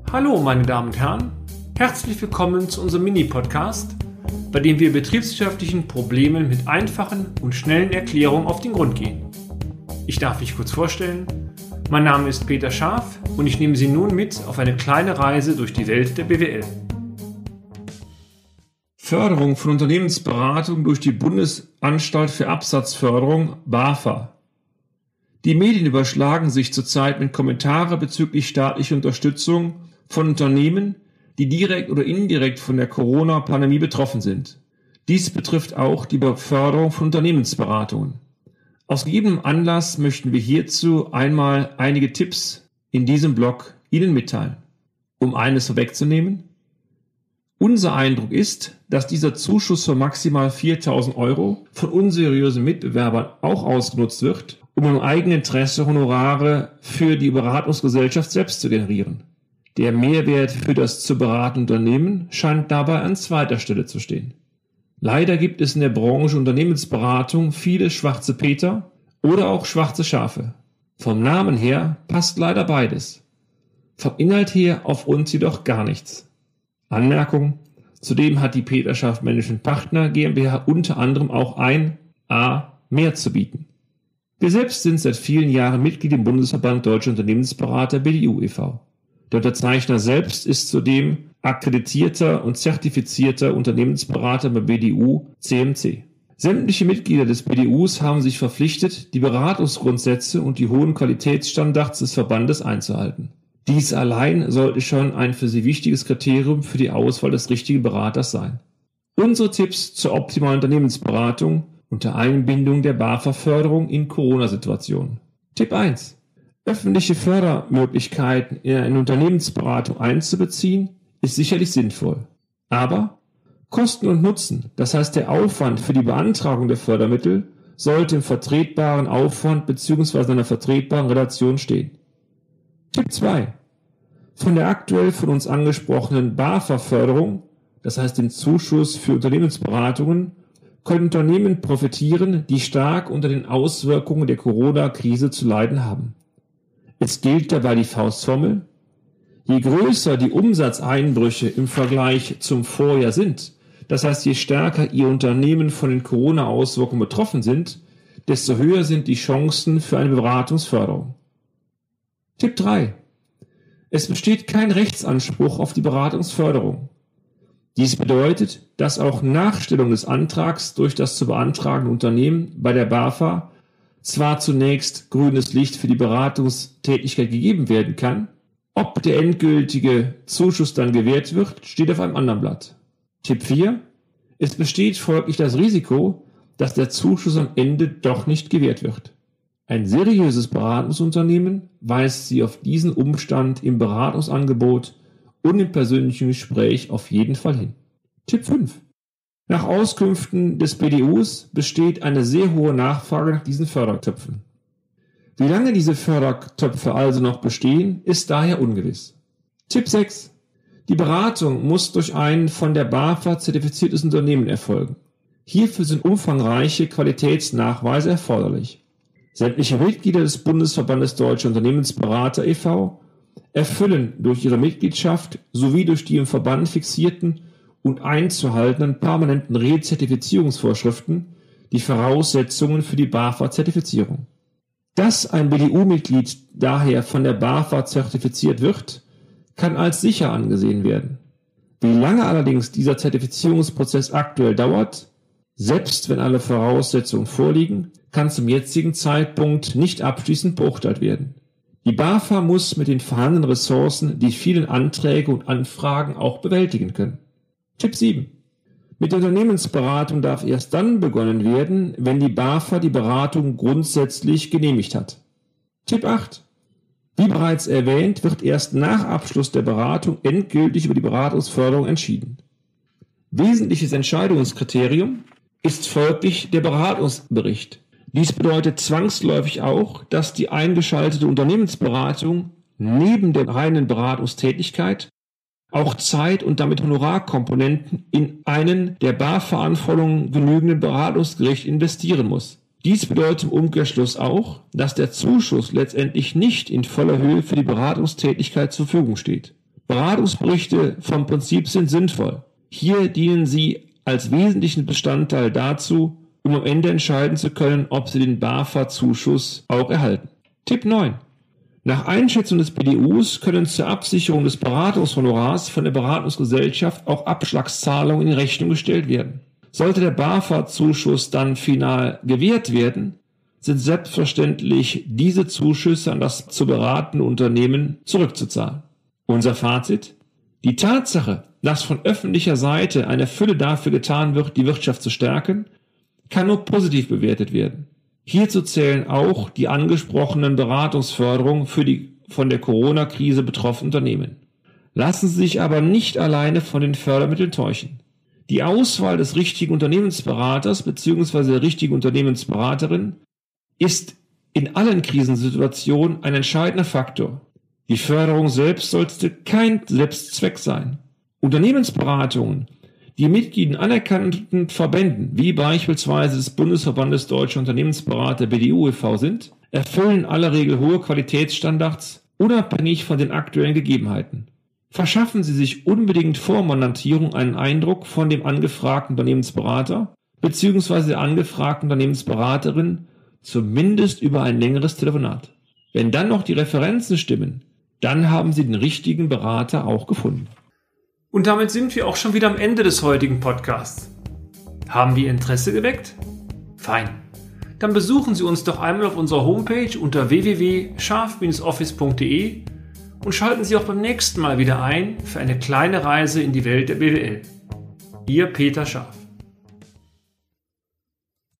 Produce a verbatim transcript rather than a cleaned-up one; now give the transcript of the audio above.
Hallo meine Damen und Herren, herzlich willkommen zu unserem Mini-Podcast, bei dem wir betriebswirtschaftlichen Problemen mit einfachen und schnellen Erklärungen auf den Grund gehen. Ich darf mich kurz vorstellen, mein Name ist Peter Scharf und ich nehme Sie nun mit auf eine kleine Reise durch die Welt der B W L. Förderung von Unternehmensberatung durch die Bundesanstalt für Absatzförderung BAFA. Die Medien überschlagen sich zurzeit mit Kommentaren bezüglich staatlicher Unterstützung von Unternehmen, die direkt oder indirekt von der Corona-Pandemie betroffen sind. Dies betrifft auch die Beförderung von Unternehmensberatungen. Aus gegebenem Anlass möchten wir hierzu einmal einige Tipps in diesem Blog Ihnen mitteilen. Um eines vorwegzunehmen: Unser Eindruck ist, dass dieser Zuschuss von maximal viertausend Euro von unseriösen Mitbewerbern auch ausgenutzt wird, um im eigenen Interesse Honorare für die Beratungsgesellschaft selbst zu generieren. Der Mehrwert für das zu beratende Unternehmen scheint dabei an zweiter Stelle zu stehen. Leider gibt es in der Branche Unternehmensberatung viele schwarze Peter oder auch schwarze Schafe. Vom Namen her passt leider beides. Vom Inhalt her auf uns jedoch gar nichts. Anmerkung: Zudem hat die Peter Scharf Management Partner GmbH unter anderem auch ein A mehr zu bieten. Wir selbst sind seit vielen Jahren Mitglied im Bundesverband Deutscher Unternehmensberater B D U e V Der Unterzeichner selbst ist zudem akkreditierter und zertifizierter Unternehmensberater bei B D U C M C. Sämtliche Mitglieder des B D Us haben sich verpflichtet, die Beratungsgrundsätze und die hohen Qualitätsstandards des Verbandes einzuhalten. Dies allein sollte schon ein für sie wichtiges Kriterium für die Auswahl des richtigen Beraters sein. Unsere Tipps zur optimalen Unternehmensberatung unter Einbindung der BAFA-Förderung in Corona-Situationen. Tipp eins. Öffentliche Fördermöglichkeiten in eine Unternehmensberatung einzubeziehen, ist sicherlich sinnvoll. Aber Kosten und Nutzen, das heißt der Aufwand für die Beantragung der Fördermittel, sollte im vertretbaren Aufwand bzw. einer vertretbaren Relation stehen. Tipp zwei. Von der aktuell von uns angesprochenen BAFA-Förderung, das heißt dem Zuschuss für Unternehmensberatungen, können Unternehmen profitieren, die stark unter den Auswirkungen der Corona-Krise zu leiden haben. Es gilt dabei die Faustformel: Je größer die Umsatzeinbrüche im Vergleich zum Vorjahr sind, das heißt je stärker Ihr Unternehmen von den Corona-Auswirkungen betroffen sind, desto höher sind die Chancen für eine Beratungsförderung. Tipp drei. Es besteht kein Rechtsanspruch auf die Beratungsförderung. Dies bedeutet, dass auch nach Stellung des Antrags durch das zu beantragende Unternehmen bei der BAFA zwar zunächst grünes Licht für die Beratungstätigkeit gegeben werden kann, ob der endgültige Zuschuss dann gewährt wird, steht auf einem anderen Blatt. Tipp vier. Es besteht folglich das Risiko, dass der Zuschuss am Ende doch nicht gewährt wird. Ein seriöses Beratungsunternehmen weist Sie auf diesen Umstand im Beratungsangebot und im persönlichen Gespräch auf jeden Fall hin. Tipp fünf. Nach Auskünften des B D Us besteht eine sehr hohe Nachfrage nach diesen Fördertöpfen. Wie lange diese Fördertöpfe also noch bestehen, ist daher ungewiss. Tipp sechs. Die Beratung muss durch ein von der BAFA zertifiziertes Unternehmen erfolgen. Hierfür sind umfangreiche Qualitätsnachweise erforderlich. Sämtliche Mitglieder des Bundesverbandes Deutscher Unternehmensberater e V erfüllen durch ihre Mitgliedschaft sowie durch die im Verband fixierten und einzuhaltenden permanenten Rezertifizierungsvorschriften die Voraussetzungen für die BAFA-Zertifizierung. Dass ein B D U-Mitglied daher von der BAFA zertifiziert wird, kann als sicher angesehen werden. Wie lange allerdings dieser Zertifizierungsprozess aktuell dauert, selbst wenn alle Voraussetzungen vorliegen, kann zum jetzigen Zeitpunkt nicht abschließend beurteilt werden. Die BAFA muss mit den vorhandenen Ressourcen die vielen Anträge und Anfragen auch bewältigen können. Tipp sieben. Mit der Unternehmensberatung darf erst dann begonnen werden, wenn die BAFA die Beratung grundsätzlich genehmigt hat. Tipp acht. Wie bereits erwähnt, wird erst nach Abschluss der Beratung endgültig über die Beratungsförderung entschieden. Wesentliches Entscheidungskriterium ist folglich der Beratungsbericht. Dies bedeutet zwangsläufig auch, dass die eingeschaltete Unternehmensberatung neben der reinen Beratungstätigkeit auch Zeit und damit Honorarkomponenten in einen der BAFA-Anforderungen genügenden Beratungsgericht investieren muss. Dies bedeutet im Umkehrschluss auch, dass der Zuschuss letztendlich nicht in voller Höhe für die Beratungstätigkeit zur Verfügung steht. Beratungsberichte vom Prinzip sind sinnvoll. Hier dienen sie als wesentlichen Bestandteil dazu, um am Ende entscheiden zu können, ob sie den BAFA-Zuschuss auch erhalten. Tipp neun. Nach Einschätzung des B D Us können zur Absicherung des Beratungshonorars von der Beratungsgesellschaft auch Abschlagszahlungen in Rechnung gestellt werden. Sollte der BAFA-Zuschuss dann final gewährt werden, sind selbstverständlich diese Zuschüsse an das zu beratende Unternehmen zurückzuzahlen. Unser Fazit: Die Tatsache, dass von öffentlicher Seite eine Fülle dafür getan wird, die Wirtschaft zu stärken, kann nur positiv bewertet werden. Hierzu zählen auch die angesprochenen Beratungsförderungen für die von der Corona-Krise betroffenen Unternehmen. Lassen Sie sich aber nicht alleine von den Fördermitteln täuschen. Die Auswahl des richtigen Unternehmensberaters bzw. der richtigen Unternehmensberaterin ist in allen Krisensituationen ein entscheidender Faktor. Die Förderung selbst sollte kein Selbstzweck sein. Unternehmensberatungen, die Mitglied in anerkannten Verbänden, wie beispielsweise des Bundesverbandes Deutscher Unternehmensberater B D U e V sind, erfüllen in aller Regel hohe Qualitätsstandards, unabhängig von den aktuellen Gegebenheiten. Verschaffen Sie sich unbedingt vor Mandantierung einen Eindruck von dem angefragten Unternehmensberater bzw. der angefragten Unternehmensberaterin, zumindest über ein längeres Telefonat. Wenn dann noch die Referenzen stimmen, dann haben Sie den richtigen Berater auch gefunden. Und damit sind wir auch schon wieder am Ende des heutigen Podcasts. Haben wir Interesse geweckt? Fein. Dann besuchen Sie uns doch einmal auf unserer Homepage unter w w w punkt scharf Bindestrich office punkt d e und schalten Sie auch beim nächsten Mal wieder ein für eine kleine Reise in die Welt der B W L. Ihr Peter Scharf.